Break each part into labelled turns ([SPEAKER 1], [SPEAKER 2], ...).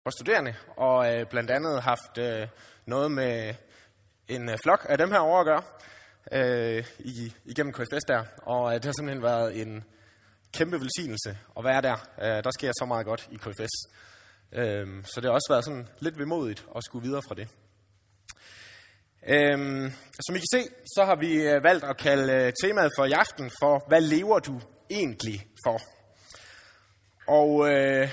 [SPEAKER 1] for studerende, og blandt andet haft noget med en flok af dem her over at gøre igennem KFS der, og det har simpelthen været en kæmpe velsignelse at være der. Der sker så meget godt i KFS, så det har også været sådan lidt vemodigt at skulle videre fra det. Som I kan se, så har vi valgt at kalde temaet for i aften for, hvad lever du egentlig for? Og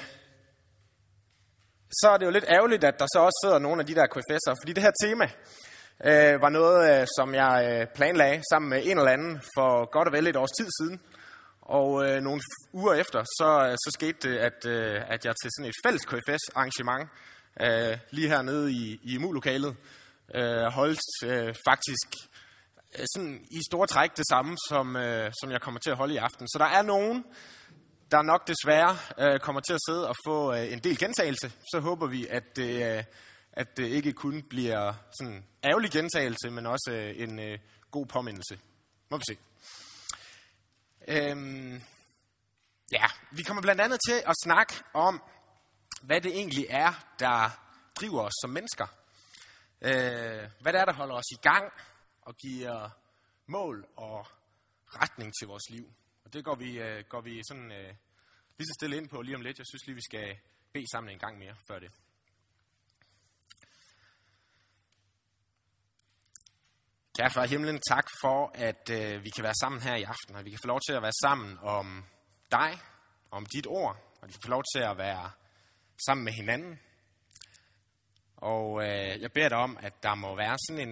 [SPEAKER 1] så er det jo lidt ærgerligt, at der så også sidder nogle af de der KFS'ere, fordi det her tema var noget, som jeg planlagde sammen med en eller anden for godt og vel et års tid siden. Og nogle uger efter, så skete det, at jeg til sådan et fælles KFS-arrangement lige hernede i MU-lokalet holdt faktisk sådan i store træk det samme, som jeg kommer til at holde i aften. Så der er nogen, der nok desværre kommer til at sidde og få en del gentagelse. Så håber vi, at det ikke kun bliver sådan en ærgerlig gentagelse, men også en god påmindelse. Må vi se. Vi kommer blandt andet til at snakke om, hvad det egentlig er, der driver os som mennesker. Hvad det er, der holder os i gang og giver mål og retning til vores liv. Og det går vi sådan lige så stille ind på lige om lidt. Jeg synes lige, vi skal bede sammen en gang mere før det. Kære far i himlen, tak for, at vi kan være sammen her i aften, og vi kan få lov til at være sammen om dig, om dit ord, og vi kan få lov til at være sammen med hinanden. Og jeg beder dig om, at der må være sådan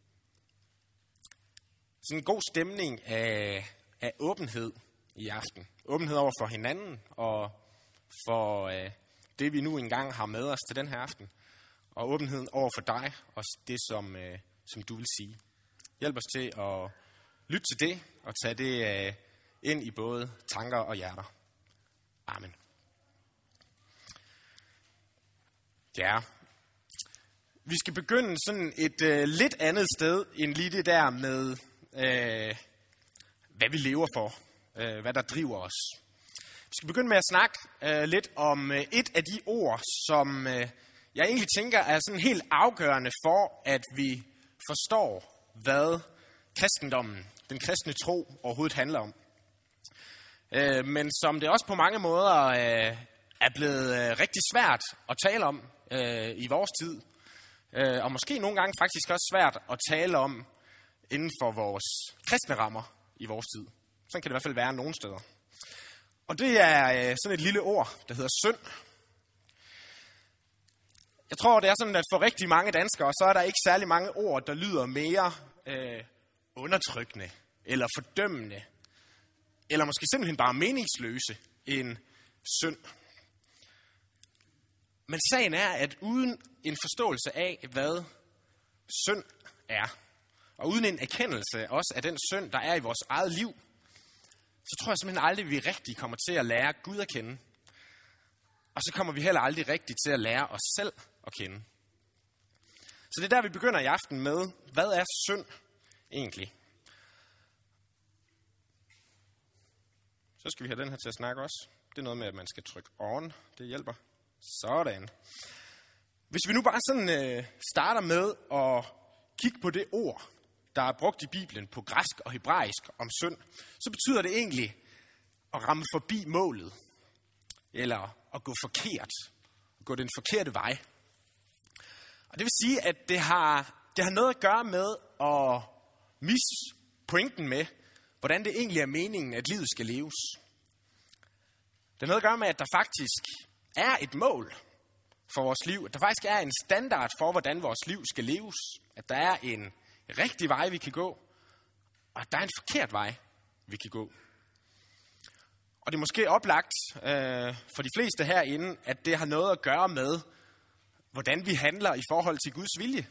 [SPEAKER 1] en god stemning af åbenhed i aften. Åbenhed over for hinanden og for det, vi nu engang har med os til den her aften. Og åbenhed over for dig og det, som du vil sige. Hjælp os til at lytte til det og tage det ind i både tanker og hjerter. Amen. Ja. Vi skal begynde sådan et lidt andet sted end lige det der med, hvad vi lever for. Hvad der driver os. Vi skal begynde med at snakke lidt om et af de ord, som jeg egentlig tænker er sådan helt afgørende for, at vi forstår, hvad kristendommen, den kristne tro, overhovedet handler om. Men som det også på mange måder er blevet rigtig svært at tale om i vores tid. Og måske nogle gange faktisk også svært at tale om inden for vores kristne rammer i vores tid. Sådan kan det i hvert fald være nogle steder. Og det er sådan et lille ord, der hedder synd. Jeg tror, det er sådan, at for rigtig mange danskere, så er der ikke særlig mange ord, der lyder mere undertrykkende, eller fordømmende, eller måske simpelthen bare meningsløse end synd. Men sagen er, at uden en forståelse af, hvad synd er, og uden en erkendelse også af den synd, der er i vores eget liv, så tror jeg simpelthen aldrig, vi rigtig kommer til at lære Gud at kende. Og så kommer vi heller aldrig rigtig til at lære os selv at kende. Så det er der, vi begynder i aften med, hvad er synd egentlig? Så skal vi have den her til at snakke også. Det er noget med, at man skal trykke on. Det hjælper. Sådan. Hvis vi nu bare sådan starter med at kigge på det ord, der er brugt i Bibelen på græsk og hebraisk om synd, så betyder det egentlig at ramme forbi målet, eller at gå forkert, gå den forkerte vej. Og det vil sige, at det har noget at gøre med at misse pointen med, hvordan det egentlig er meningen, at livet skal leves. Det har noget at gøre med, at der faktisk er et mål for vores liv, at der faktisk er en standard for, hvordan vores liv skal leves, at der er en rigtig vej, vi kan gå, og at der er en forkert vej, vi kan gå. Og det er måske oplagt for de fleste herinde, at det har noget at gøre med, hvordan vi handler i forhold til Guds vilje.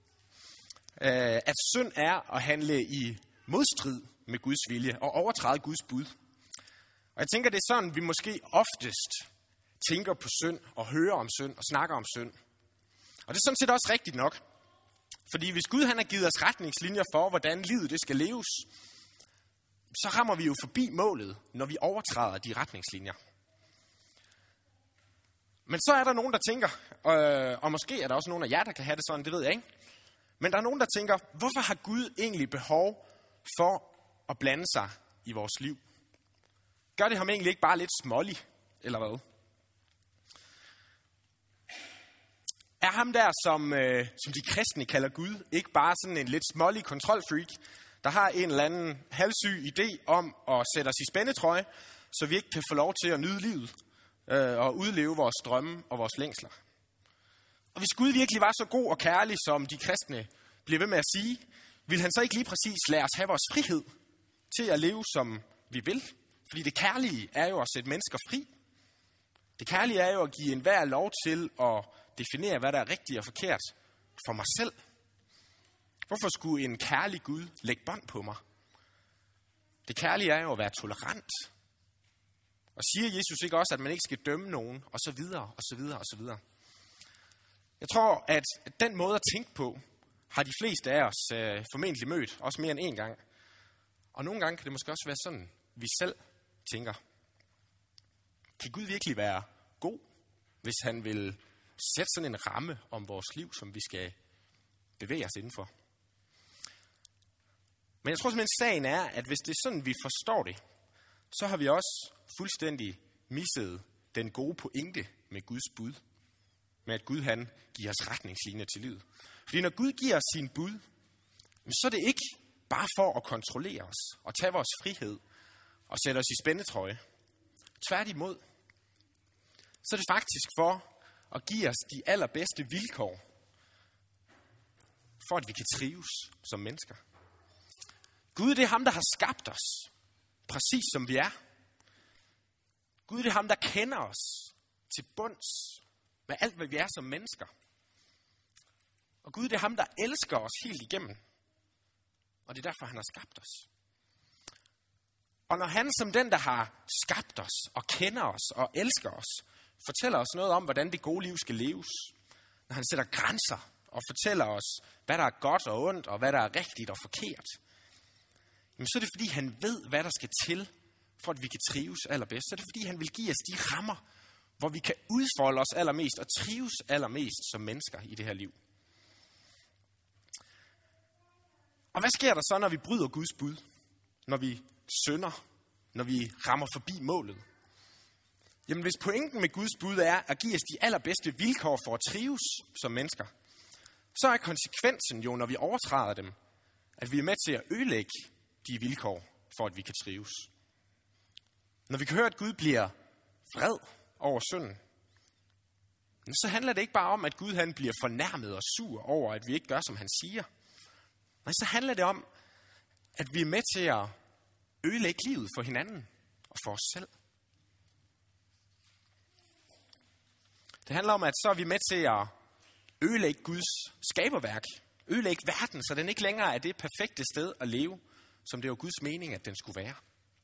[SPEAKER 1] At synd er at handle i modstrid med Guds vilje og overtræde Guds bud. Og jeg tænker, det er sådan, vi måske oftest tænker på synd og hører om synd og snakker om synd. Og det er sådan set også rigtigt nok. Fordi hvis Gud han har givet os retningslinjer for, hvordan livet det skal leves, så rammer vi jo forbi målet, når vi overtræder de retningslinjer. Men så er der nogen, der tænker, og måske er der også nogen af jer, der kan have det sådan, det ved jeg ikke. Men der er nogen, der tænker, hvorfor har Gud egentlig behov for at blande sig i vores liv? Gør det ham egentlig ikke bare lidt smålig, eller hvad? Er ham der, som de kristne kalder Gud, ikke bare sådan en lidt smålig kontrolfreak, der har en eller anden halvsyg idé om at sætte os i spændetrøje, så vi ikke kan få lov til at nyde livet og udleve vores drømme og vores længsler? Og hvis Gud virkelig var så god og kærlig, som de kristne bliver ved med at sige, vil han så ikke lige præcis lade os have vores frihed til at leve, som vi vil? Fordi det kærlige er jo at sætte mennesker fri. Det kærlige er jo at give enhver lov til at definere, hvad der er rigtigt og forkert for mig selv. Hvorfor skulle en kærlig Gud lægge bånd på mig? Det kærlige er jo at være tolerant. Og siger Jesus ikke også, at man ikke skal dømme nogen, og så videre, og så videre, og så videre. Jeg tror, at den måde at tænke på, har de fleste af os formentlig mødt, også mere end en gang. Og nogle gange kan det måske også være sådan, vi selv tænker. Kan Gud virkelig være god, hvis han vil sætte sådan en ramme om vores liv, som vi skal bevæge os indenfor? Men jeg tror simpelthen, sagen er, at hvis det er sådan, vi forstår det, så har vi også fuldstændig misset den gode pointe med Guds bud. Med at Gud han giver os retningslinjer til livet. Fordi når Gud giver os sin bud, så er det ikke bare for at kontrollere os og tage vores frihed og sætte os i spændetrøje. Tværtimod, så er det faktisk for at give os de allerbedste vilkår, for at vi kan trives som mennesker. Gud, det er ham, der har skabt os, præcis som vi er. Gud, det er ham, der kender os til bunds med alt, hvad vi er som mennesker. Og Gud, det er ham, der elsker os helt igennem. Og det er derfor, han har skabt os. Og når han som den, der har skabt os og kender os og elsker os, fortæller os noget om, hvordan det gode liv skal leves, når han sætter grænser og fortæller os, hvad der er godt og ondt og hvad der er rigtigt og forkert, jamen så er det, fordi han ved, hvad der skal til, for at vi kan trives allerbedst. Så er det, fordi han vil give os de rammer, hvor vi kan udfolde os allermest og trives allermest som mennesker i det her liv. Og hvad sker der så, når vi bryder Guds bud? Når vi synder? Når vi rammer forbi målet? Jamen hvis pointen med Guds bud er at give os de allerbedste vilkår for at trives som mennesker, så er konsekvensen jo, når vi overtræder dem, at vi er med til at ødelægge de vilkår for, at vi kan trives. Når vi kan høre, at Gud bliver vred over synden, så handler det ikke bare om, at Gud han bliver fornærmet og sur over, at vi ikke gør, som han siger. Men så handler det om, at vi er med til at ødelægge livet for hinanden og for os selv. Det handler om, at så er vi med til at ødelægge Guds skaberværk. Ødelægge verden, så den ikke længere er det perfekte sted at leve, som det var Guds mening, at den skulle være.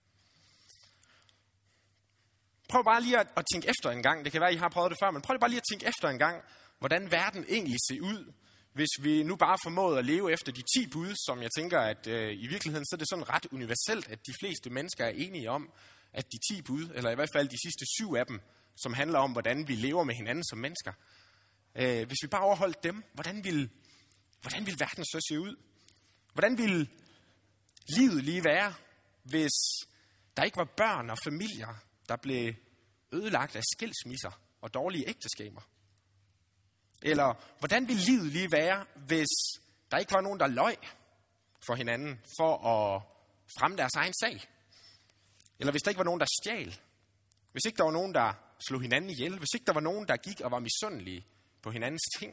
[SPEAKER 1] Prøv bare lige at tænke efter en gang. Det kan være, I har prøvet det før, men prøv bare lige at tænke efter en gang, hvordan verden egentlig ser ud, hvis vi nu bare formåede at leve efter de 10 bud, som jeg tænker, at i virkeligheden så er det sådan ret universelt, at de fleste mennesker er enige om, at de 10 bud, eller i hvert fald de sidste 7 af dem, som handler om, hvordan vi lever med hinanden som mennesker. Hvis vi bare overholdt dem, hvordan vil verden så se ud? Hvordan vil livet lige være, hvis der ikke var børn og familier, der blev ødelagt af skilsmisser og dårlige ægteskaber? Eller hvordan ville livet lige være, hvis der ikke var nogen, der løj for hinanden for at fremme deres egen sag? Eller hvis der ikke var nogen, der stjal? Hvis ikke der var nogen, der slog hinanden ihjel? Hvis ikke der var nogen, der gik og var misundelige på hinandens ting?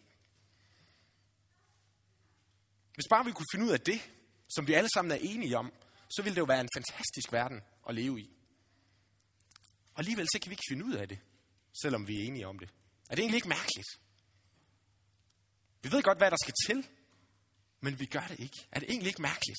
[SPEAKER 1] Hvis bare vi kunne finde ud af det, som vi alle sammen er enige om, så ville det jo være en fantastisk verden at leve i. Og alligevel så kan vi ikke finde ud af det, selvom vi er enige om det. Er det egentlig ikke mærkeligt? Vi ved godt, hvad der skal til, men vi gør det ikke. Er det egentlig ikke mærkeligt?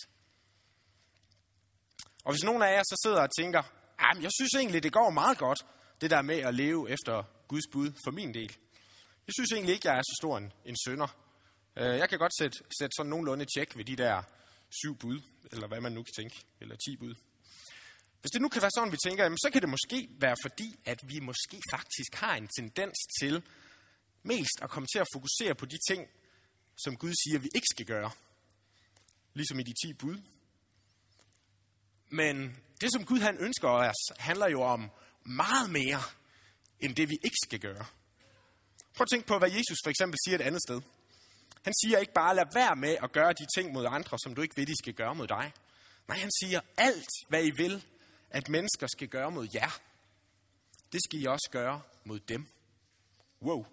[SPEAKER 1] Og hvis nogen af jer så sidder og tænker, jeg synes egentlig, det går meget godt, det der med at leve efter Guds bud for min del. Jeg synes egentlig ikke, jeg er så stor en synder. Jeg kan godt sætte sådan nogenlunde tjek ved de der 7 bud, eller hvad man nu kan tænke, eller 10 bud. Hvis det nu kan være sådan, vi tænker, jamen, så kan det måske være fordi, at vi måske faktisk har en tendens til mest at komme til at fokusere på de ting, som Gud siger, vi ikke skal gøre. Ligesom i de 10 bud. Men det, som Gud han ønsker os, handler jo om meget mere, end det vi ikke skal gøre. Prøv at tænke på, hvad Jesus for eksempel siger et andet sted. Han siger ikke bare, lad være med at gøre de ting mod andre, som du ikke ved, de skal gøre mod dig. Nej, han siger, alt hvad I vil, at mennesker skal gøre mod jer, det skal I også gøre mod dem. Wow.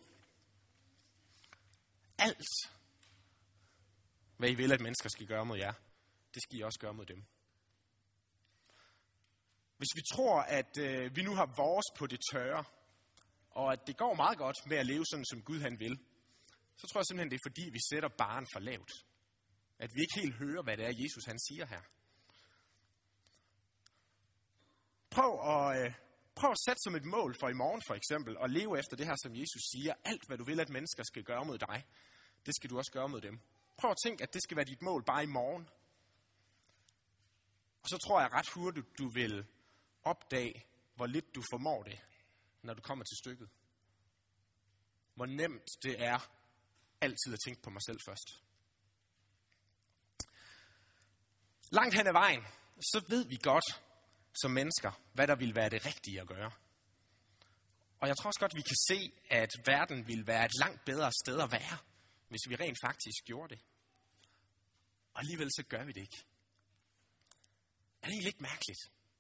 [SPEAKER 1] Alt hvad I vil, at mennesker skal gøre mod jer, det skal I også gøre mod dem. Hvis vi tror, at vi nu har vores på det tørre, og at det går meget godt med at leve sådan, som Gud han vil, så tror jeg simpelthen, det er fordi, vi sætter barren for lavt. At vi ikke helt hører, hvad det er, Jesus han siger her. Prøv at sætte som et mål for i morgen for eksempel, og leve efter det her, som Jesus siger. Alt, hvad du vil, at mennesker skal gøre mod dig, det skal du også gøre mod dem. Prøv at tænke, at det skal være dit mål bare i morgen. Og så tror jeg ret hurtigt, du vil opdage, hvor lidt du formår det, når du kommer til stykket. Hvor nemt det er altid at tænke på mig selv først. Langt hen ad vejen, så ved vi godt som mennesker, hvad der vil være det rigtige at gøre. Og jeg tror også godt, vi kan se, at verden vil være et langt bedre sted at være, hvis vi rent faktisk gjorde det. Og alligevel så gør vi det ikke. Er det egentlig ikke mærkeligt?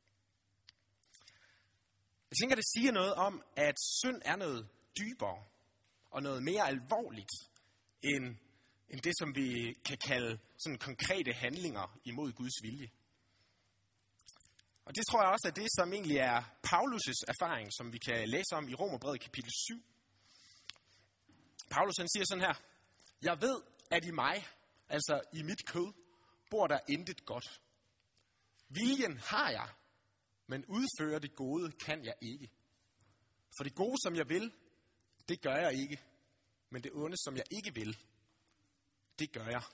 [SPEAKER 1] Jeg tænker, det siger noget om, at synd er noget dybere og noget mere alvorligt, end det, som vi kan kalde sådan konkrete handlinger imod Guds vilje. Og det tror jeg også er det, som egentlig er Paulus' erfaring, som vi kan læse om i Romerbrevet kapitel 7. Paulus han siger sådan her: Jeg ved, at i mig, altså i mit kød, bor der intet godt. Viljen har jeg, men udføre det gode kan jeg ikke. For det gode, som jeg vil, det gør jeg ikke. Men det onde, som jeg ikke vil, det gør jeg.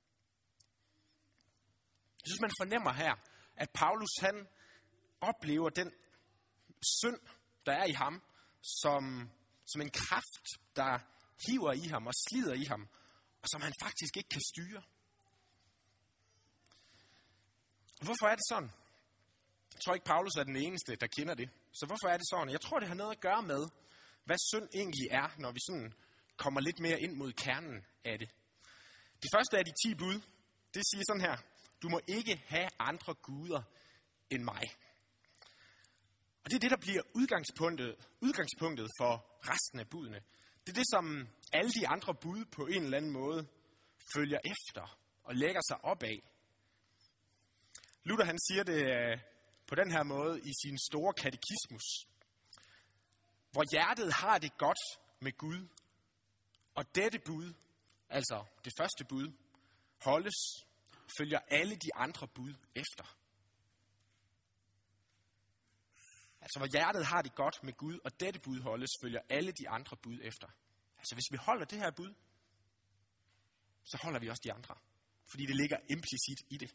[SPEAKER 1] Jeg synes, man fornemmer her, at Paulus han oplever den synd, der er i ham, som en kraft, der hiver i ham og slider i ham, og som han faktisk ikke kan styre. Hvorfor er det sådan? Jeg tror ikke, Paulus er den eneste, der kender det. Så hvorfor er det sådan? Jeg tror, det har noget at gøre med, hvad synd egentlig er, når vi sådan kommer lidt mere ind mod kernen af det. Det første af de 10 bud, det siger sådan her: Du må ikke have andre guder end mig. Og det er det, der bliver udgangspunktet for resten af budene. Det er det, som alle de andre bud på en eller anden måde følger efter og lægger sig op af. Luther han siger det på den her måde i sin store katekismus. Hvor hjertet har det godt med Gud, og dette bud, altså det første bud, holdes, følger alle de andre bud efter. Altså hvor hjertet har det godt med Gud, og dette bud holdes, følger alle de andre bud efter. Altså hvis vi holder det her bud, så holder vi også de andre. Fordi det ligger implicit i det.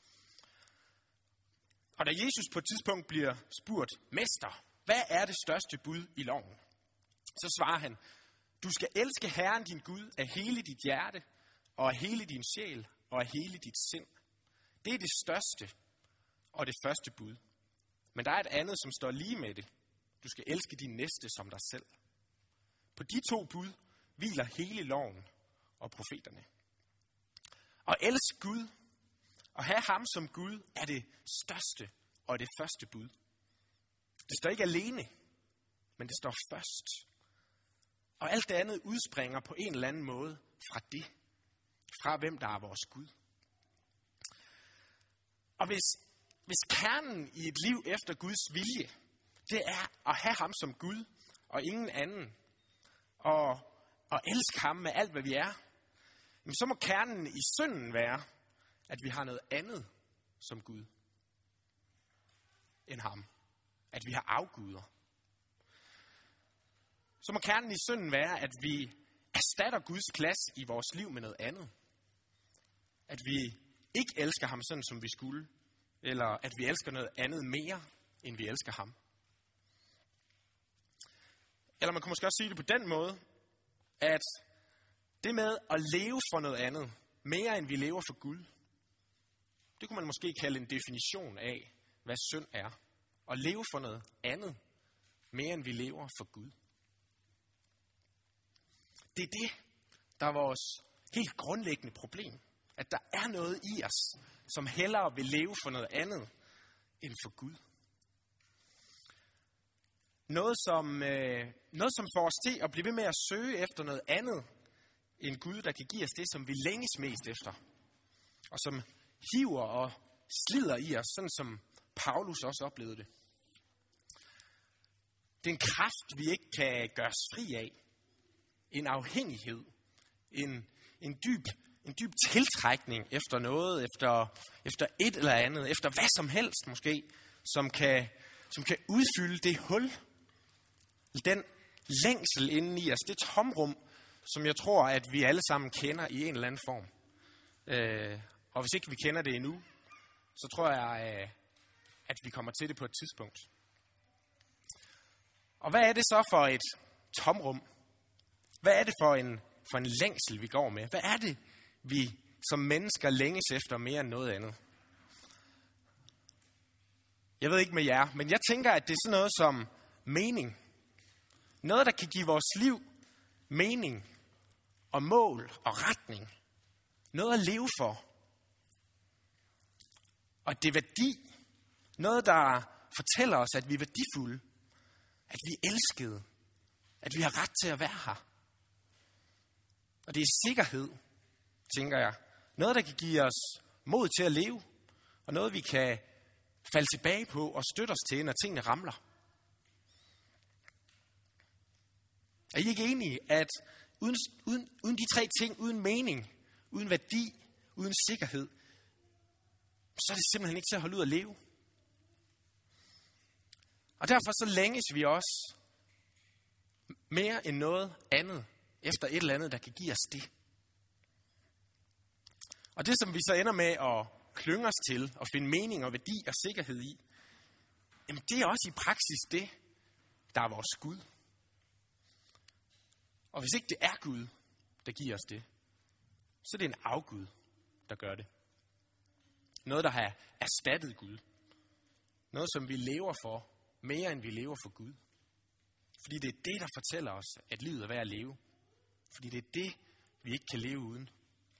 [SPEAKER 1] Og da Jesus på et tidspunkt bliver spurgt: Mester, hvad er det største bud i loven? Så svarer han: Du skal elske Herren din Gud af hele dit hjerte, og af hele din sjæl, og af hele dit sind. Det er det største og det første bud. Men der er et andet, som står lige med det. Du skal elske din næste som dig selv. På de 2 bud hviler hele loven og profeterne. Og elsk Gud og have ham som Gud er det største og det første bud. Det står ikke alene, men det står først. Og alt det andet udspringer på en eller anden måde fra det. Fra hvem der er vores Gud. Og hvis kernen i et liv efter Guds vilje, det er at have ham som Gud og ingen anden, og elske ham med alt, hvad vi er, så må kernen i synden være, at vi har noget andet som Gud end ham. At vi har afguder. Så må kernen i synden være, at vi erstatter Guds plads i vores liv med noget andet. At vi ikke elsker ham sådan, som vi skulle, eller at vi elsker noget andet mere, end vi elsker ham. Eller man kunne måske også sige det på den måde, at det med at leve for noget andet, mere end vi lever for Gud, det kunne man måske kalde en definition af, hvad synd er. At leve for noget andet, mere end vi lever for Gud. Det er det, der er vores helt grundlæggende problem. At der er noget i os, som hellere vil leve for noget andet, end for Gud. Noget, som får os til at blive ved med at søge efter noget andet, end Gud, der kan give os det, som vi længes mest efter. Og som hiver og slider i os, sådan som Paulus også oplevede det. Det er en kraft, vi ikke kan gøre os fri af. En afhængighed. En dyb tiltrækning efter noget, efter et eller andet, efter hvad som helst måske, som kan udfylde det hul, den længsel inden i os, det tomrum, som jeg tror, at vi alle sammen kender i en eller anden form. Og hvis ikke vi kender det endnu, så tror jeg, at vi kommer til det på et tidspunkt. Og hvad er det så for et tomrum? Hvad er det for en længsel, vi går med? Hvad er det, vi som mennesker længes efter mere end noget andet? Jeg ved ikke med jer, men jeg tænker, at det er sådan noget som mening. Noget, der kan give vores liv mening og mål og retning. Noget at leve for. Og det er værdi. Noget, der fortæller os, at vi er værdifulde. At vi er elskede. At vi har ret til at være her. Og det er sikkerhed, tænker jeg. Noget, der kan give os mod til at leve. Og noget, vi kan falde tilbage på og støtte os til, når tingene ramler. Er I ikke enige, at uden de tre ting, uden mening, uden værdi, uden sikkerhed, så er det simpelthen ikke til at holde ud at leve? Og derfor så længes vi også mere end noget andet, efter et eller andet, der kan give os det. Og det, som vi så ender med at klynge os til, og finde mening og værdi og sikkerhed i, jamen det er også i praksis det, der er vores Gud. Og hvis ikke det er Gud, der giver os det, så er det en afgud, der gør det. Noget, der har erstattet Gud. Noget, som vi lever for, mere end vi lever for Gud. Fordi det er det, der fortæller os, at livet er værd at leve. Fordi det er det, vi ikke kan leve uden.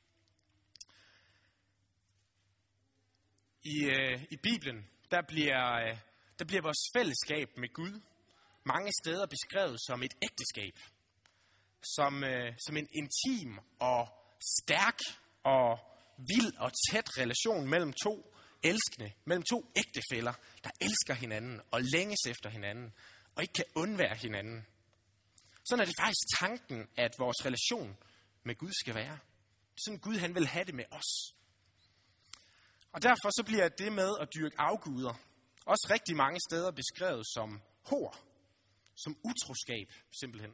[SPEAKER 1] I Bibelen, der bliver vores fællesskab med Gud mange steder beskrevet som et ægteskab. Som en intim og stærk og vild og tæt relation mellem to elskende, mellem to ægtefæller, der elsker hinanden og længes efter hinanden og ikke kan undvære hinanden. Sådan er det faktisk tanken, at vores relation med Gud skal være. Sådan Gud, han vil have det med os. Og derfor så bliver det med at dyrke afguder også rigtig mange steder beskrevet som hor, som utroskab simpelthen.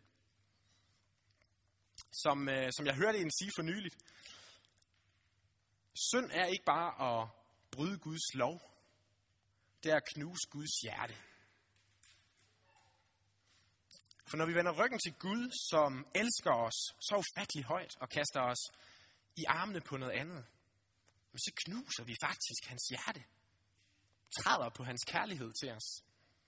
[SPEAKER 1] Som jeg hørte en sige for nyligt. Synd er ikke bare at bryde Guds lov. Det er at knuse Guds hjerte. For når vi vender ryggen til Gud, som elsker os så ufattelig højt og kaster os i armene på noget andet, så knuser vi faktisk hans hjerte. Træder på hans kærlighed til os.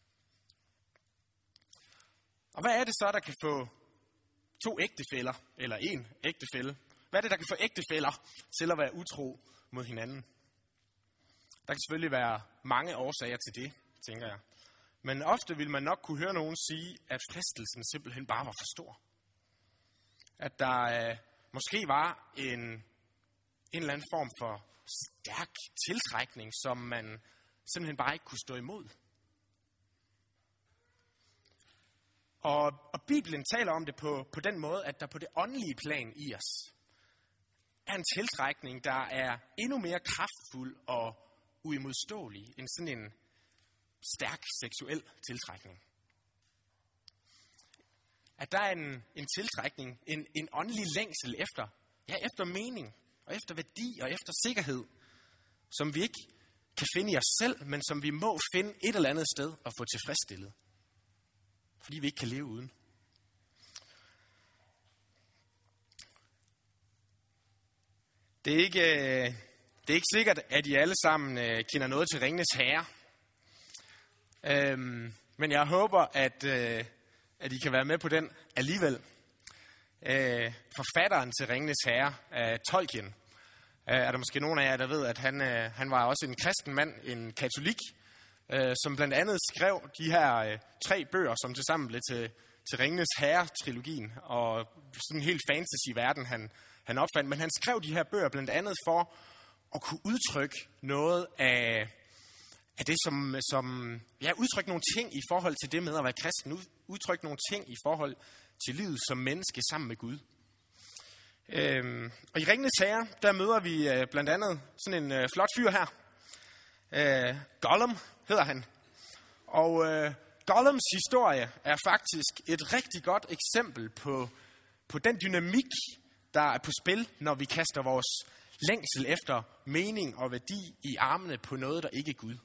[SPEAKER 1] Og hvad er det så, der kan få to ægtefæller, eller en ægtefælle? Hvad er det, der kan få ægtefæller til at være utro mod hinanden? Der kan selvfølgelig være mange årsager til det, tænker jeg. Men ofte vil man nok kunne høre nogen sige, at fristelsen simpelthen bare var for stor. At der måske var en eller anden form for stærk tiltrækning, som man simpelthen bare ikke kunne stå imod. Og Bibelen taler om det på den måde, at der på det åndelige plan i os er en tiltrækning, der er endnu mere kraftfuld og uimodståelig end sådan en stærk seksuel tiltrækning. At der er en tiltrækning, en åndelig længsel efter mening og efter værdi og efter sikkerhed, som vi ikke kan finde i os selv, men som vi må finde et eller andet sted og få tilfredsstillet. Fordi vi ikke kan leve uden. Det er ikke sikkert, at I alle sammen kender noget til Ringenes Herre. Men jeg håber, at I kan være med på den alligevel. Forfatteren til Ringenes Herre, Tolkien, er der måske nogen af jer, der ved, at han var også en kristen mand, en katolik, som blandt andet skrev de her 3 bøger, som tilsammen blev til Ringenes Herre-trilogien, og sådan en helt fantasy-verden, han opfandt. Men han skrev de her bøger blandt andet for at kunne udtrykke noget af det, som udtrykke nogle ting i forhold til det med at være kristen, udtrykke nogle ting i forhold til livet som menneske sammen med Gud. Og i Ringenes Herre, der møder vi blandt andet sådan en flot fyr her. Gollum hedder han. Og Gollums historie er faktisk et rigtig godt eksempel på den dynamik, der er på spil, når vi kaster vores længsel efter mening og værdi i armene på noget, der ikke er Gud.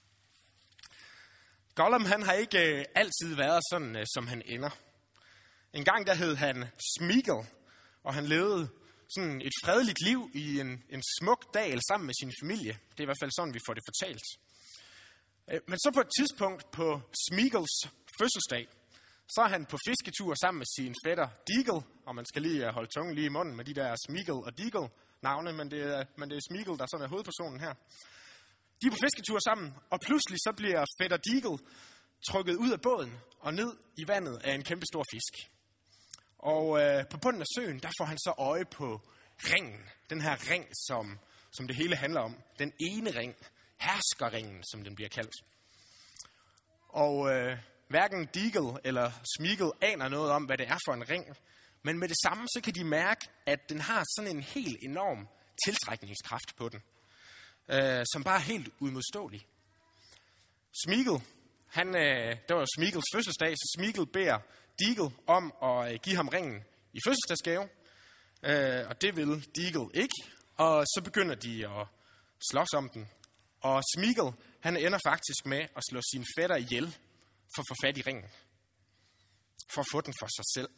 [SPEAKER 1] Gollum, han har ikke altid været sådan, som han ender. En gang der hed han Smeagol, og han levede sådan et fredeligt liv i en smuk dal sammen med sin familie. Det er i hvert fald sådan, vi får det fortalt. Men så på et tidspunkt på Smeagols fødselsdag, så er han på fisketur sammen med sin fætter Deagle, og man skal lige holde tungen lige i munden med de der Smeagol og Deagle navne, men det er Smeagol, der sådan er hovedpersonen her. De er på fisketur sammen, og pludselig så bliver fætter Deagle trukket ud af båden og ned i vandet af en kæmpe stor fisk. Og på bunden af søen, der får han så øje på ringen. Den her ring, som det hele handler om. Den ene ring. Herskerringen, som den bliver kaldt. Og hverken Deagle eller Smeagol aner noget om, hvad det er for en ring. Men med det samme, så kan de mærke, at den har sådan en helt enorm tiltrækningskraft på den. Som bare er helt udmodståelig. Smeagol, det var Smeagols fødselsdag, så Smeagol beder Deagle om at give ham ringen i fødselsdagsgave. Og det vil Deagle ikke. Og så begynder de at slås om den. Og Smeagol, han ender faktisk med at slå sin fætter ihjel for at få fat i ringen. For at få den for sig selv.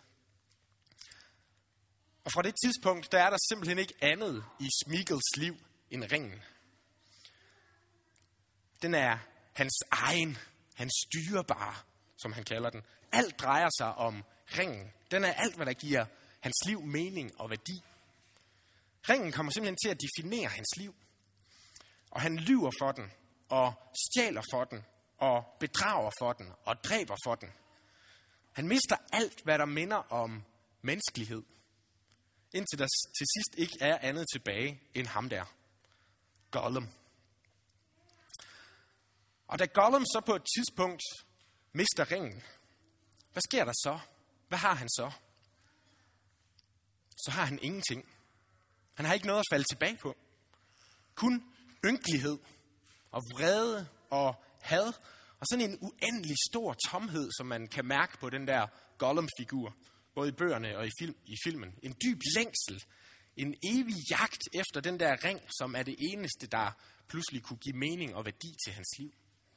[SPEAKER 1] Og fra det tidspunkt, der er der simpelthen ikke andet i Smeagols liv end ringen. Den er hans egen, hans styrebare, som han kalder den. Alt drejer sig om ringen. Den er alt, hvad der giver hans liv mening og værdi. Ringen kommer simpelthen til at definere hans liv. Og han lyver for den, og stjæler for den, og bedrager for den, og dræber for den. Han mister alt, hvad der minder om menneskelighed. Indtil der til sidst ikke er andet tilbage end ham der. Gollum. Og da Gollum så på et tidspunkt mister ringen, hvad sker der så? Hvad har han så? Så har han ingenting. Han har ikke noget at falde tilbage på. Kun ynkelighed og vrede og had og sådan en uendelig stor tomhed, som man kan mærke på den der Gollum-figur, både i bøgerne og i filmen. En dyb længsel, en evig jagt efter den der ring, som er det eneste, der pludselig kunne give mening og værdi til hans liv.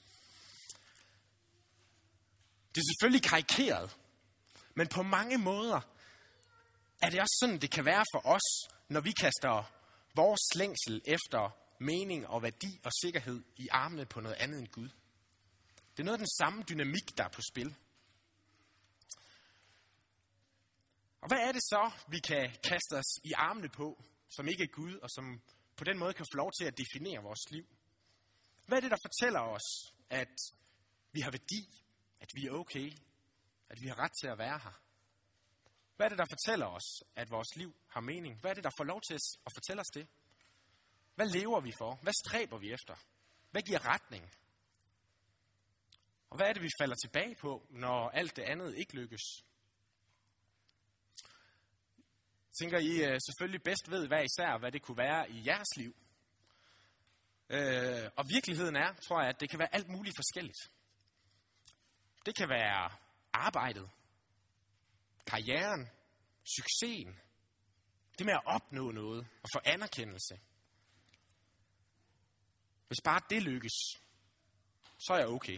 [SPEAKER 1] Det er selvfølgelig karikeret, men på mange måder er det også sådan, det kan være for os, når vi kaster vores længsel efter mening og værdi og sikkerhed i armene på noget andet end Gud. Det er noget af den samme dynamik, der er på spil. Og hvad er det så, vi kan kaste os i armene på, som ikke er Gud, og som på den måde kan få lov til at definere vores liv? Hvad er det, der fortæller os, at vi har værdi, at vi er okay, at vi har ret til at være her? Hvad er det, der fortæller os, at vores liv har mening? Hvad er det, der får lov til at fortælle os det? Hvad lever vi for? Hvad stræber vi efter? Hvad giver retning? Og hvad er det, vi falder tilbage på, når alt det andet ikke lykkes? Jeg tænker, I selvfølgelig bedst ved hver især, hvad det kunne være i jeres liv. Og virkeligheden er, tror jeg, at det kan være alt muligt forskelligt. Det kan være arbejdet, karrieren, succesen, det med at opnå noget og få anerkendelse. Hvis bare det lykkes, så er jeg okay.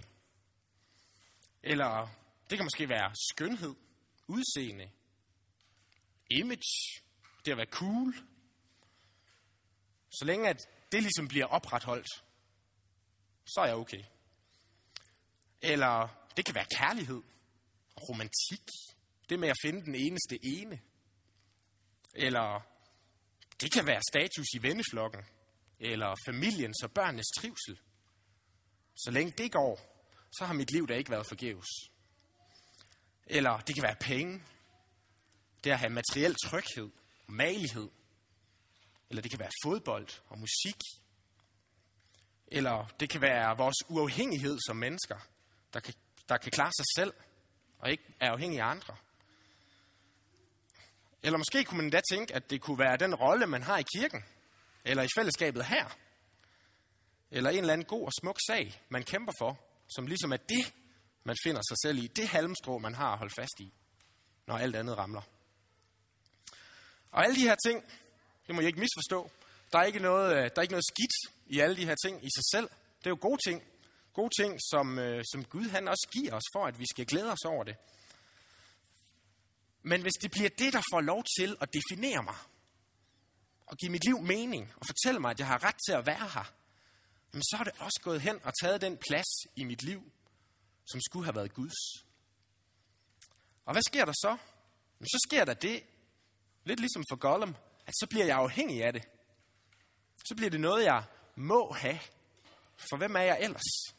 [SPEAKER 1] Eller det kan måske være skønhed, udseende, image, det at være cool. Så længe at det ligesom bliver opretholdt, så er jeg okay. Eller det kan være kærlighed, romantik, det med at finde den eneste ene. Eller det kan være status i venneflokken, eller familiens og børnenes trivsel. Så længe det går, så har mit liv da ikke været forgæves. Eller det kan være penge, det at have materiel tryghed og magelighed. Eller det kan være fodbold og musik. Eller det kan være vores uafhængighed som mennesker, der kan klare sig selv og ikke er afhængige af andre. Eller måske kunne man da tænke, at det kunne være den rolle, man har i kirken, eller i fællesskabet her. Eller en eller anden god og smuk sag, man kæmper for, som ligesom er det, man finder sig selv i. Det halmstrå, man har at holde fast i, når alt andet ramler. Og alle de her ting, det må jeg ikke misforstå. Der er ikke noget skidt i alle de her ting i sig selv. Det er jo gode ting. Gode ting, som Gud han også giver os, for at vi skal glæde os over det. Men hvis det bliver det, der får lov til at definere mig, og give mit liv mening, og fortælle mig, at jeg har ret til at være her, så er det også gået hen og taget den plads i mit liv, som skulle have været Guds. Og hvad sker der så? Så sker der det, lidt ligesom for Gollum, at så bliver jeg afhængig af det. Så bliver det noget, jeg må have. For hvem er jeg ellers?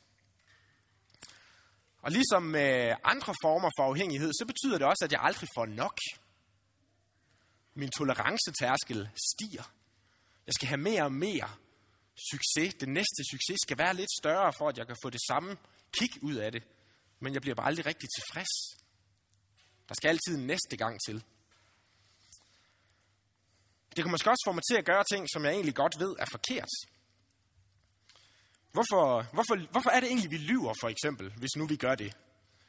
[SPEAKER 1] Og ligesom med andre former for afhængighed, så betyder det også, at jeg aldrig får nok. Min tolerancetærskel stiger. Jeg skal have mere og mere succes. Den næste succes skal være lidt større, for at jeg kan få det samme kick ud af det. Men jeg bliver bare aldrig rigtig tilfreds. Der skal altid en næste gang til. Det kan måske også få mig til at gøre ting, som jeg egentlig godt ved er forkert. Hvorfor er det egentlig, vi lyver, for eksempel, hvis nu vi gør det?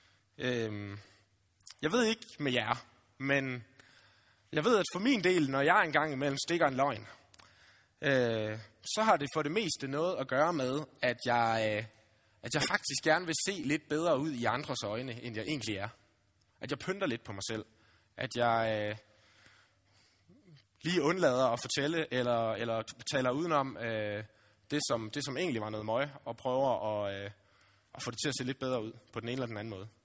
[SPEAKER 1] Jeg ved ikke med jer, men jeg ved, at for min del, når jeg engang imellem stikker en løgn, så har det for det meste noget at gøre med, at jeg faktisk gerne vil se lidt bedre ud i andres øjne, end jeg egentlig er. At jeg pynter lidt på mig selv. At jeg lige undlader at fortælle, eller taler udenom det, som egentlig var noget møg, og prøver at få det til at se lidt bedre ud på den ene eller den anden måde.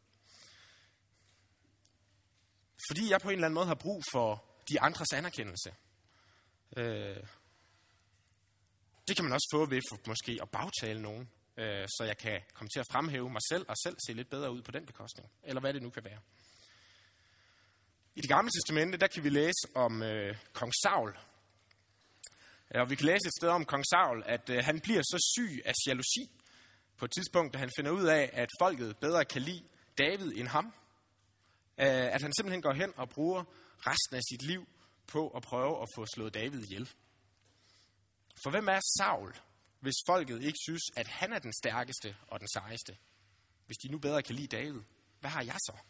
[SPEAKER 1] Fordi jeg på en eller anden måde har brug for de andres anerkendelse. Det kan man også få ved for måske at bagtale nogen, så jeg kan komme til at fremhæve mig selv og selv se lidt bedre ud på den bekostning. Eller hvad det nu kan være. I Det Gamle Testamente, der kan vi læse om kong Saul. Og vi kan læse et sted om kong Saul, at han bliver så syg af jalousi på et tidspunkt, da han finder ud af, at folket bedre kan lide David end ham. At han simpelthen går hen og bruger resten af sit liv på at prøve at få slået David ihjel. For hvem er Saul, hvis folket ikke synes, at han er den stærkeste og den sejeste? Hvis de nu bedre kan lide David, hvad har jeg så?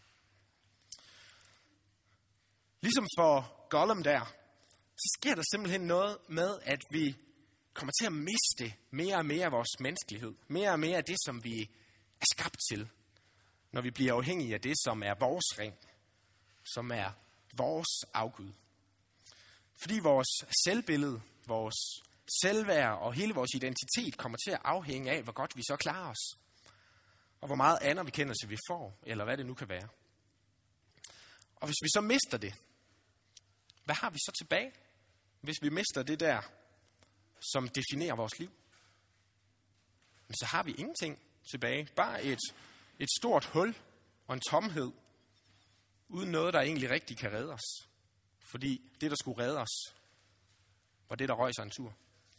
[SPEAKER 1] Ligesom for Gollum der, så sker der simpelthen noget med, at vi kommer til at miste mere og mere af vores menneskelighed. Mere og mere af det, som vi er skabt til. Når vi bliver afhængige af det, som er vores ring. Som er vores afgud. Fordi vores selvbillede, vores selvværd og hele vores identitet kommer til at afhænge af, hvor godt vi så klarer os. Og hvor meget anerkendelse vi får, eller hvad det nu kan være. Og hvis vi så mister det, hvad har vi så tilbage, hvis vi mister det der, som definerer vores liv? Men så har vi ingenting tilbage. Bare et stort hul og en tomhed, uden noget, der egentlig rigtig kan redde os. Fordi det, der skulle redde os, var det, der røg sig en tur.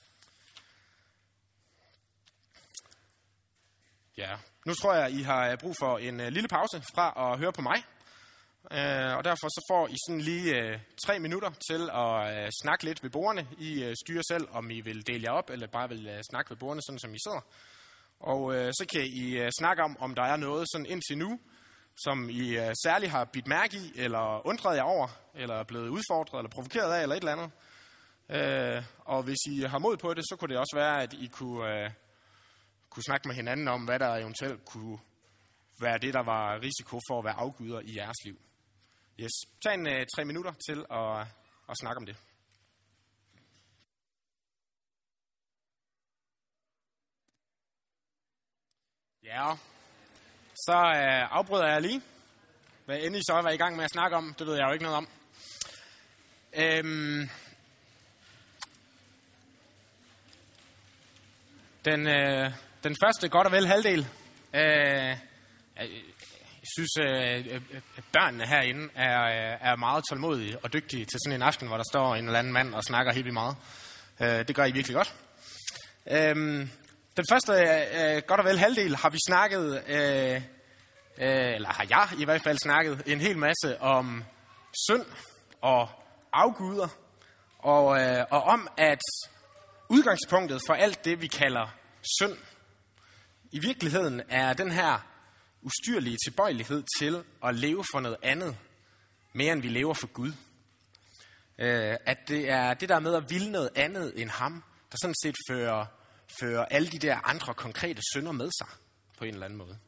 [SPEAKER 1] Ja, nu tror jeg, I har brug for en lille pause fra at høre på mig. Og derfor så får I sådan lige 3 minutter til at snakke lidt ved bordene. I styrer selv, om I vil dele jer op, eller bare vil snakke ved bordene, sådan som I sidder. Og så kan I snakke om der er noget sådan indtil nu, som I særligt har bidt mærke i, eller undret jer over, eller er blevet udfordret, eller provokeret af, eller et eller andet. Og hvis I har mod på det, så kunne det også være, at I kunne kunne snakke med hinanden om, hvad der eventuelt kunne være det, der var risiko for at være afguder i jeres liv. Yes. Tag 3 minutter til at snakke om det. Ja, så afbryder jeg lige. Hvad end I så var i gang med at snakke om, det ved jeg jo ikke noget om. Den første godt og vel halvdel. Jeg synes, børnene herinde er meget tålmodige og dygtige til sådan en aften, hvor der står en eller anden mand og snakker helt vildt meget. Det gør I virkelig godt. Den første godt og vel halvdel har vi snakket, eller har jeg i hvert fald snakket en hel masse om synd og afguder, og om at udgangspunktet for alt det, vi kalder synd, i virkeligheden er den her ustyrlige tilbøjelighed til at leve for noget andet, mere end vi lever for Gud. At det er det der med at ville noget andet end ham, der sådan set fører alle de der andre konkrete synder med sig, på en eller anden måde.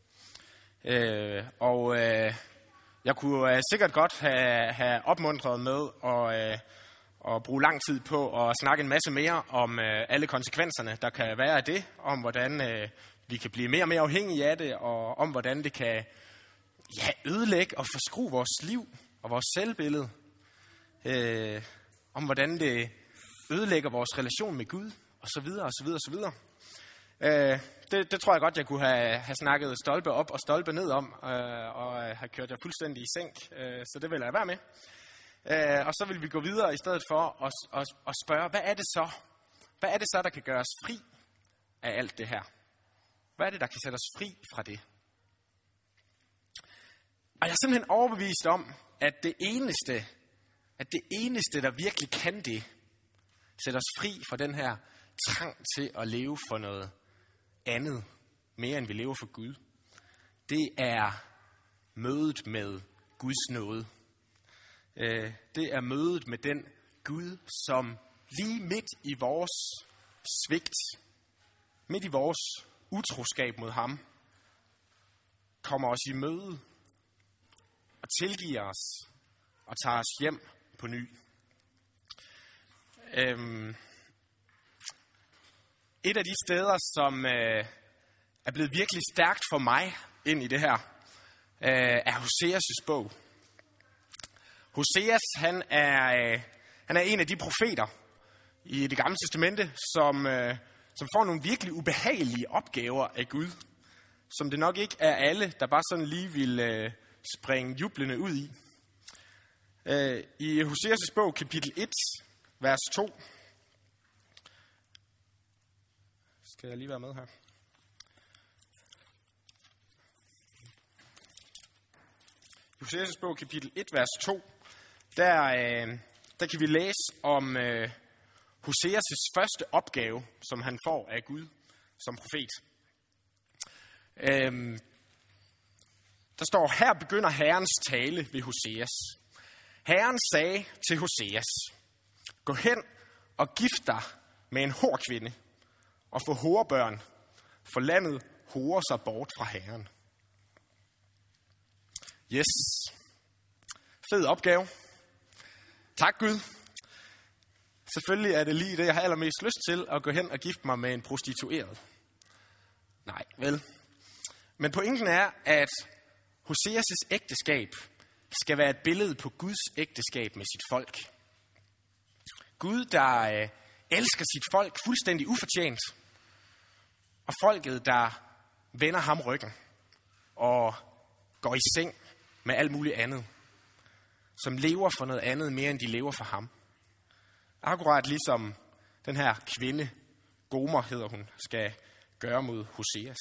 [SPEAKER 1] Jeg kunne sikkert godt have opmuntret med at bruge lang tid på at snakke en masse mere om alle konsekvenserne, der kan være af det, om hvordan vi kan blive mere og mere afhængige af det, og om hvordan det kan ødelægge og forskruve vores liv og vores selvbillede, om hvordan det ødelægger vores relation med Gud, og så videre, og så videre, og så videre. Det tror jeg godt, jeg kunne have snakket stolpe op og stolpe ned om, og have kørt jer fuldstændig i sænk, så det vil jeg være med. Og så vil vi gå videre i stedet for at spørge, hvad er det så? Hvad er det så, der kan gøre os fri af alt det her? Hvad er det, der kan sætte os fri fra det? Og jeg er simpelthen overbevist om, at det eneste, der virkelig kan det, sætte os fri fra den her trang til at leve for noget andet, mere end vi lever for Gud, det er mødet med Guds nåde. Det er mødet med den Gud, som lige midt i vores svigt, midt i vores utroskab mod ham, kommer os i møde og tilgiver os og tager os hjem på ny. Et af de steder, som er blevet virkelig stærkt for mig ind i det her, er Hoseas' bog. Hoseas, han er en af de profeter i Det Gamle Testamente, som får nogle virkelig ubehagelige opgaver af Gud, som det nok ikke er alle, der bare sådan lige vil springe jublende ud i. I Hoseas' bog, kapitel 1, vers 2. Skal jeg lige være med her? I Hoseas' bog, kapitel 1, vers 2, der kan vi læse om Hoseas' første opgave, som han får af Gud som profet. Der står, her begynder Herrens tale ved Hoseas. Herren sagde til Hoseas, gå hen og gift dig med en horkvinde og få horebørn, for landet horer sig bort fra Herren. Yes. Fed opgave. Tak Gud. Selvfølgelig er det lige det, jeg har allermest lyst til, at gå hen og gifte mig med en prostitueret. Nej, vel. Men pointen er, at Hoseas' ægteskab skal være et billede på Guds ægteskab med sit folk. Gud, der elsker sit folk fuldstændig ufortjent, og folket, der vender ham ryggen og går i seng med alt muligt andet, som lever for noget andet mere, end de lever for ham. Akkurat ligesom den her kvinde, Gomer hedder hun, skal gøre mod Hoseas.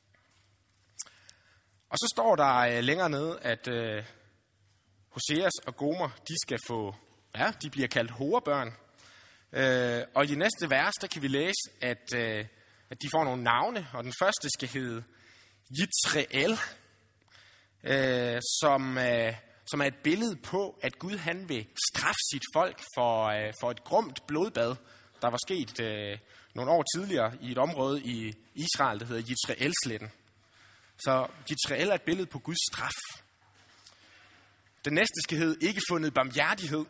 [SPEAKER 1] Og så står der længere nede, at Hoseas og Gomer, de bliver kaldt horebørn. Og i det næste vers, der kan vi læse, at de får nogle navne, og den første skal hedde Yitzreel, som er et billede på, at Gud han vil straffe sit folk for et grumt blodbad, der var sket nogle år tidligere i et område i Israel, der hedder Jezreel-sletten. Så Jezreel er et billede på Guds straf. Den næste skal hedde ikke fundet barmhjertighed.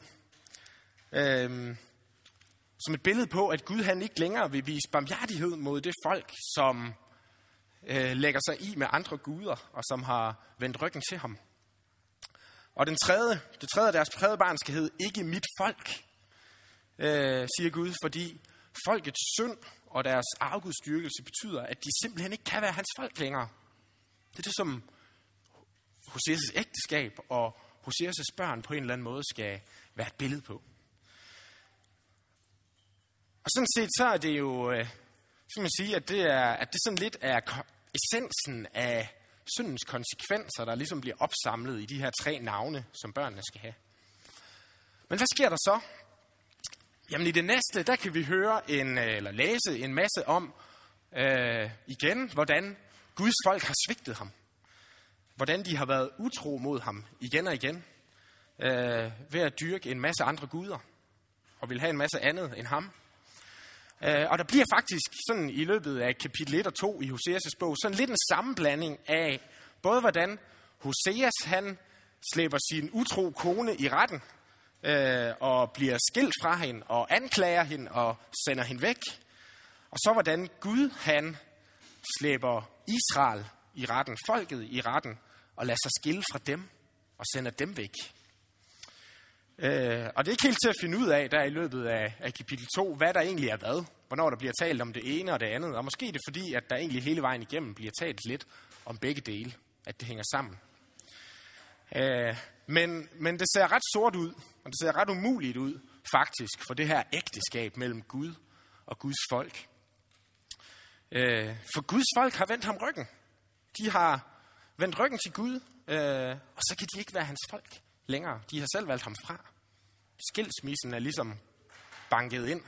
[SPEAKER 1] Som et billede på, at Gud han ikke længere vil vise barmhjertighed mod det folk, som lægger sig i med andre guder, og som har vendt ryggen til ham. Og det tredje af deres prædebarn skal hedde ikke mit folk, siger Gud, fordi folkets synd og deres afgudstyrkelse betyder, at de simpelthen ikke kan være hans folk længere. Det er det, som Hoseas' ægteskab og Hoseas' børn på en eller anden måde skal være et billede på. Og sådan set, så er det jo, skal man sige, at det sådan lidt er essensen af syndens konsekvenser, der ligesom bliver opsamlet i de her 3 navne, som børnene skal have. Men hvad sker der så? Jamen i det næste, der kan vi høre eller læse en masse om igen, hvordan Guds folk har svigtet ham. Hvordan de har været utro mod ham igen og igen, ved at dyrke en masse andre guder, og vil have en masse andet end ham. Og der bliver faktisk sådan i løbet af kapitel 1 og 2 i Hoseas' bog, sådan lidt en sammenblanding af både hvordan Hoseas han slæber sin utro kone i retten, og bliver skilt fra hende og anklager hende og sender hende væk. Og så hvordan Gud han slæber Israel i retten, folket i retten, og lader sig skille fra dem og sender dem væk. Og det er ikke helt til at finde ud af, der i løbet af kapitel 2, hvad der egentlig er hvad. Hvornår der bliver talt om det ene og det andet. Og måske er det fordi, at der egentlig hele vejen igennem bliver talt lidt om begge dele. At det hænger sammen. Men det ser ret sort ud, og det ser ret umuligt ud, faktisk, for det her ægteskab mellem Gud og Guds folk. For Guds folk har vendt ham ryggen. De har vendt ryggen til Gud, og så kan de ikke være hans folk længere. De har selv valgt ham fra. Skilsmissen er ligesom banket ind.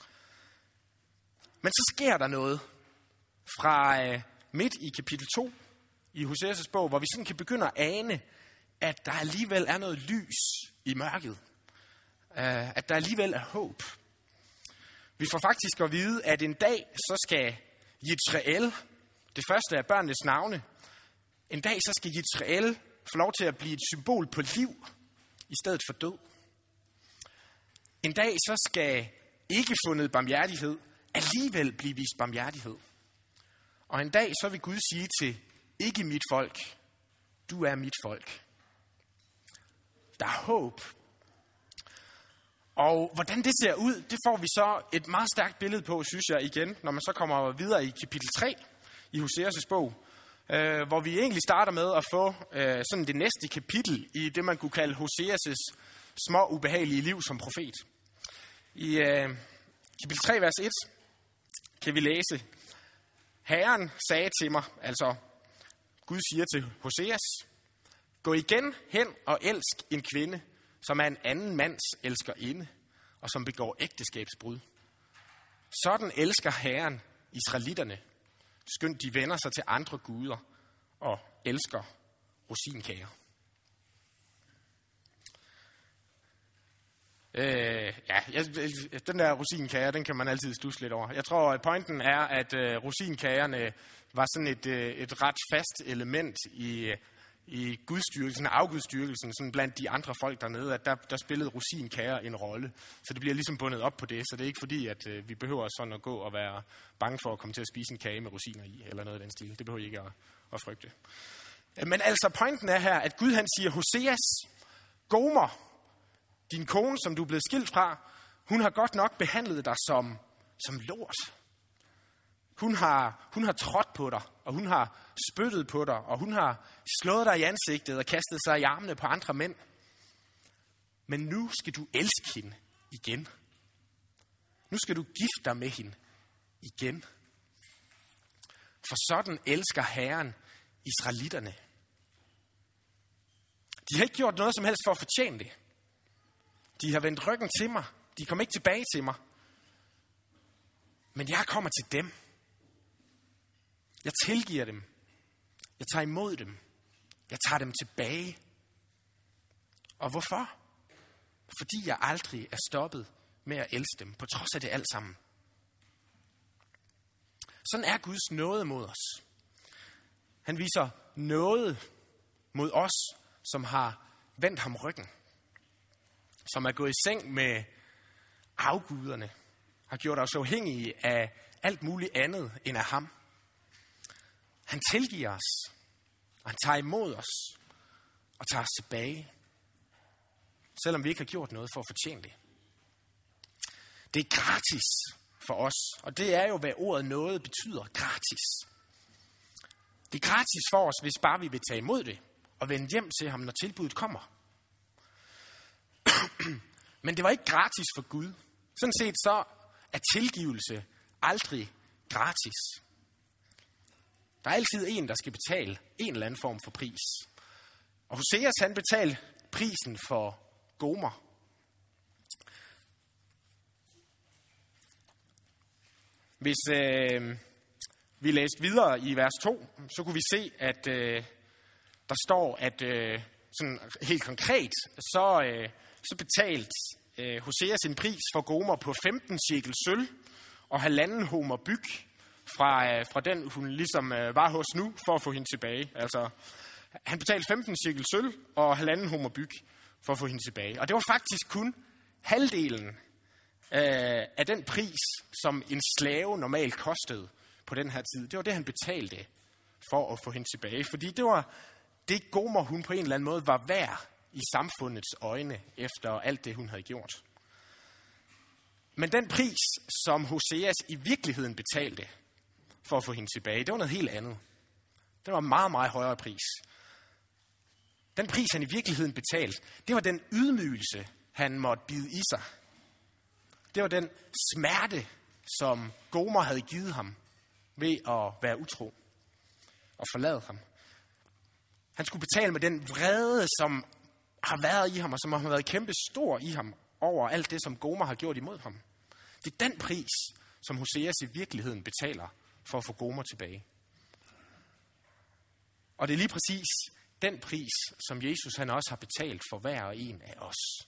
[SPEAKER 1] Men så sker der noget fra midt i kapitel 2 i Hoseas' bog, hvor vi sådan kan begynde at ane, at der alligevel er noget lys i mørket. At der alligevel er håb. Vi får faktisk at vide, at en dag så skal Jezreel, det første af børnenes navne, en dag så skal Jezreel få lov til at blive et symbol på liv i stedet for død. En dag så skal ikke fundet barmhjertighed alligevel blive vist barmhjertighed. Og en dag så vil Gud sige til ikke mit folk, du er mit folk. Der er håb. Og hvordan det ser ud, det får vi så et meget stærkt billede på, synes jeg igen, når man så kommer videre i kapitel 3 i Hoseas' bog, hvor vi egentlig starter med at få sådan det næste kapitel i det, man kunne kalde Hoseas' små ubehagelige liv som profet. I kapitel 3, vers 1, kan vi læse, Herren sagde til mig, altså Gud siger til Hoseas, gå igen hen og elsk en kvinde, som er en anden mands elskerinde, og som begår ægteskabsbrud. Sådan elsker Herren israelitterne, skønt de vender sig til andre guder og elsker rosinkager. Den der rosinkager, den kan man altid studse lidt over. Jeg tror, at pointen er, at rosinkagerne var sådan et ret fast element i gudstyrkelsen og afgudstyrkelsen, sådan blandt de andre folk dernede, at der spillede rosinkager en rolle. Så det bliver ligesom bundet op på det, så det er ikke fordi, at vi behøver sådan at gå og være bange for at komme til at spise en kage med rosiner i, eller noget af den stil. Det behøver I ikke at frygte. Men altså, pointen er her, at Gud han siger, Hoseas, Gomer, din kone, som du er blevet skilt fra, hun har godt nok behandlet dig som lort. Hun har trådt på dig, og hun har spyttet på dig, og hun har slået dig i ansigtet og kastet sig i armene på andre mænd. Men nu skal du elske hende igen. Nu skal du gifte dig med hende igen. For sådan elsker Herren israelitterne. De har ikke gjort noget som helst for at fortjene det. De har vendt ryggen til mig. De kommer ikke tilbage til mig. Men jeg kommer til dem. Jeg tilgiver dem. Jeg tager imod dem. Jeg tager dem tilbage. Og hvorfor? Fordi jeg aldrig er stoppet med at elske dem, på trods af det alt sammen. Sådan er Guds nåde mod os. Han viser nåde mod os, som har vendt ham ryggen. Som er gået i seng med afguderne. Har gjort os afhængige af alt muligt andet end af ham. Han tilgiver os. Og han tager imod os. Og tager os tilbage. Selvom vi ikke har gjort noget for at fortjene det. Det er gratis for os. Og det er jo, hvad ordet nåde betyder. Gratis. Det er gratis for os, hvis bare vi vil tage imod det. Og vende hjem til ham, når tilbuddet kommer. Men det var ikke gratis for Gud. Sådan set så er tilgivelse aldrig gratis. Der er altid en, der skal betale en eller anden form for pris. Og Hoseas, han betalte prisen for Gomer. Hvis vi læste videre i vers 2, så kunne vi se, at der står, at sådan helt konkret, så betalte Hoseas en pris for Gomer på 15 shekel sølv og 1,5 homer byg fra den, hun ligesom var hos nu, for at få hende tilbage. Altså, han betalte 15 shekel sølv og 1,5 homer byg for at få hende tilbage. Og det var faktisk kun halvdelen af den pris, som en slave normalt kostede på den her tid. Det var det, han betalte for at få hende tilbage. Fordi det var det, Gomer hun på en eller anden måde var værd i samfundets øjne, efter alt det, hun havde gjort. Men den pris, som Hoseas i virkeligheden betalte for at få hende tilbage, det var noget helt andet. Det var en meget, meget højere pris. Den pris, han i virkeligheden betalte, det var den ydmygelse, han måtte bide i sig. Det var den smerte, som Gomer havde givet ham ved at være utro og forlade ham. Han skulle betale med den vrede, som har været i ham, og som har været kæmpe stor i ham over alt det, som Gomer har gjort imod ham. Det er den pris, som Hoseas i virkeligheden betaler for at få Gomer tilbage. Og det er lige præcis den pris, som Jesus han også har betalt for hver og en af os.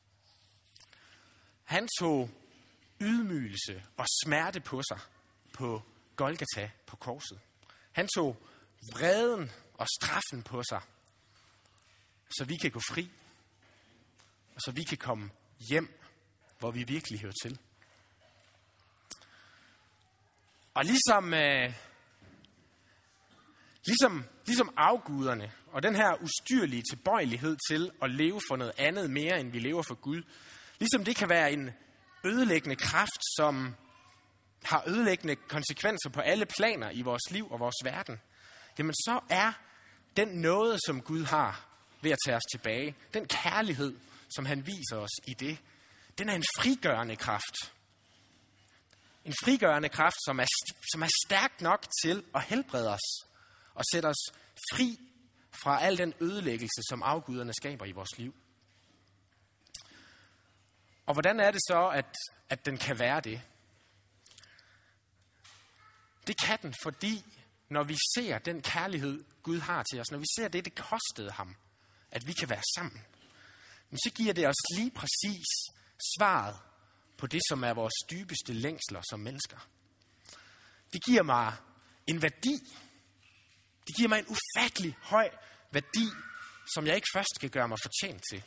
[SPEAKER 1] Han tog ydmygelse og smerte på sig på Golgata på korset. Han tog vreden og straffen på sig, så vi kan gå fri, og så vi kan komme hjem, hvor vi virkelig hører til. Og ligesom afguderne, og den her ustyrlige tilbøjelighed til at leve for noget andet mere, end vi lever for Gud, ligesom det kan være en ødelæggende kraft, som har ødelæggende konsekvenser på alle planer i vores liv og vores verden, jamen så er den nåde, som Gud har ved at tage os tilbage, den kærlighed, som han viser os i det, den er en frigørende kraft. En frigørende kraft, som er stærk nok til at helbrede os og sætte os fri fra al den ødelæggelse, som afguderne skaber i vores liv. Og hvordan er det så, at den kan være det? Det kan den, fordi når vi ser den kærlighed, Gud har til os, når vi ser det kostede ham, at vi kan være sammen, så giver det os lige præcis svaret på det, som er vores dybeste længsler som mennesker. Det giver mig en værdi. Det giver mig en ufattelig høj værdi, som jeg ikke først skal gøre mig fortjent til.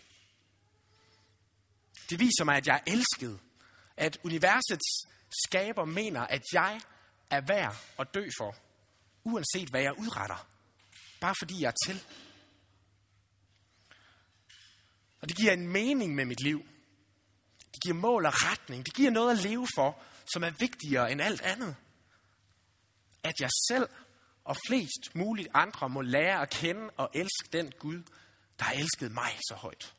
[SPEAKER 1] Det viser mig, at jeg er elsket. At universets skaber mener, at jeg er værd at dø for, uanset hvad jeg udretter. Bare fordi jeg er til. Og det giver en mening med mit liv. Det giver mål og retning. Det giver noget at leve for, som er vigtigere end alt andet. At jeg selv og flest muligt andre må lære at kende og elske den Gud, der har elsket mig så højt.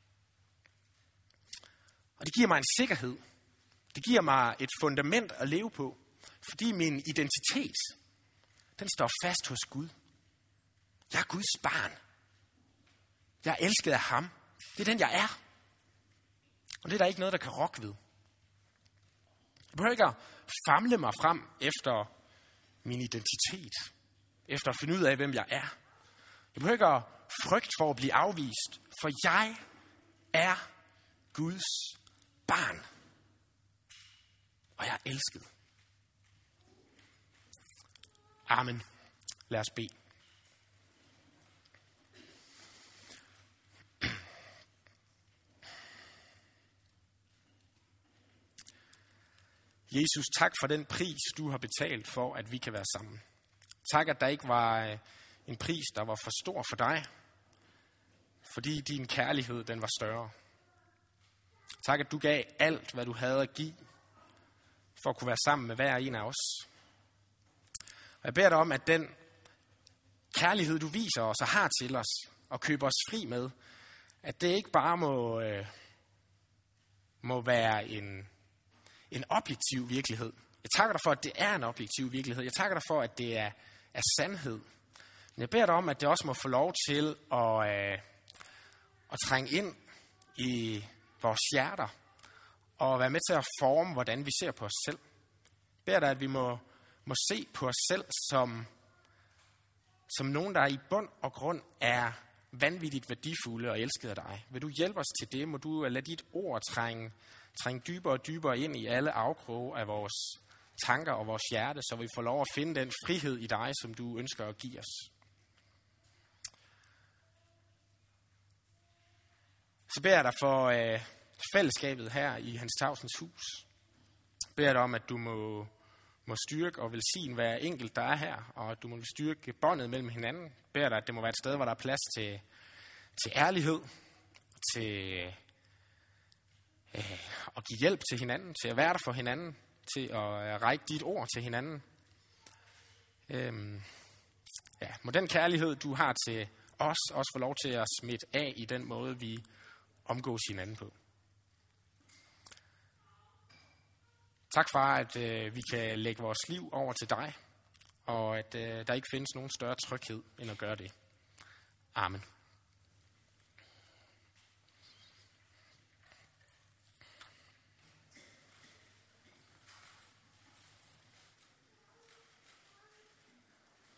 [SPEAKER 1] Og det giver mig en sikkerhed. Det giver mig et fundament at leve på, fordi min identitet, den står fast hos Gud. Jeg er Guds barn. Jeg er elsket af ham. Det er den, jeg er. Og det er der ikke noget, der kan rokke ved. Jeg behøver ikke at famle mig frem efter min identitet. Efter at finde ud af, hvem jeg er. Jeg behøver ikke at frygte for at blive afvist. For jeg er Guds barn. og jeg er elsket. Amen. Lad os bede. Jesus, tak for den pris, du har betalt for, at vi kan være sammen. Tak, at der ikke var en pris, der var for stor for dig, fordi din kærlighed, den var større. Tak, at du gav alt, hvad du havde at give, for at kunne være sammen med hver en af os. Og jeg beder dig om, at den kærlighed, du viser os og har til os, og køber os fri med, at det ikke bare må være en objektiv virkelighed. Jeg takker dig for, at det er en objektiv virkelighed. Jeg takker dig for, at det er sandhed. Men jeg beder dig om, at det også må få lov til at trænge ind i vores hjerter, og være med til at forme, hvordan vi ser på os selv. Jeg beder dig, at vi må se på os selv som nogen, der i bund og grund er vanvittigt værdifulde og elskede af dig. Vil du hjælpe os til det? Må du lade dit ord trænge dybere og dybere ind i alle afkroge af vores tanker og vores hjerte, så vi får lov at finde den frihed i dig, som du ønsker at give os. Så beder jeg dig for fællesskabet her i Hans Tavsens hus. Jeg beder dig om, at du må styrke og velsigne hver enkelt, der er her, og at du må styrke båndet mellem hinanden. Jeg beder dig, at det må være et sted, hvor der er plads til ærlighed, til at give hjælp til hinanden, til at være der for hinanden, til at række dit ord til hinanden. Må den kærlighed, du har til os, også få lov til at smitte af i den måde, vi omgås hinanden på. Tak far, at vi kan lægge vores liv over til dig, og at der ikke findes nogen større tryghed end at gøre det. Amen.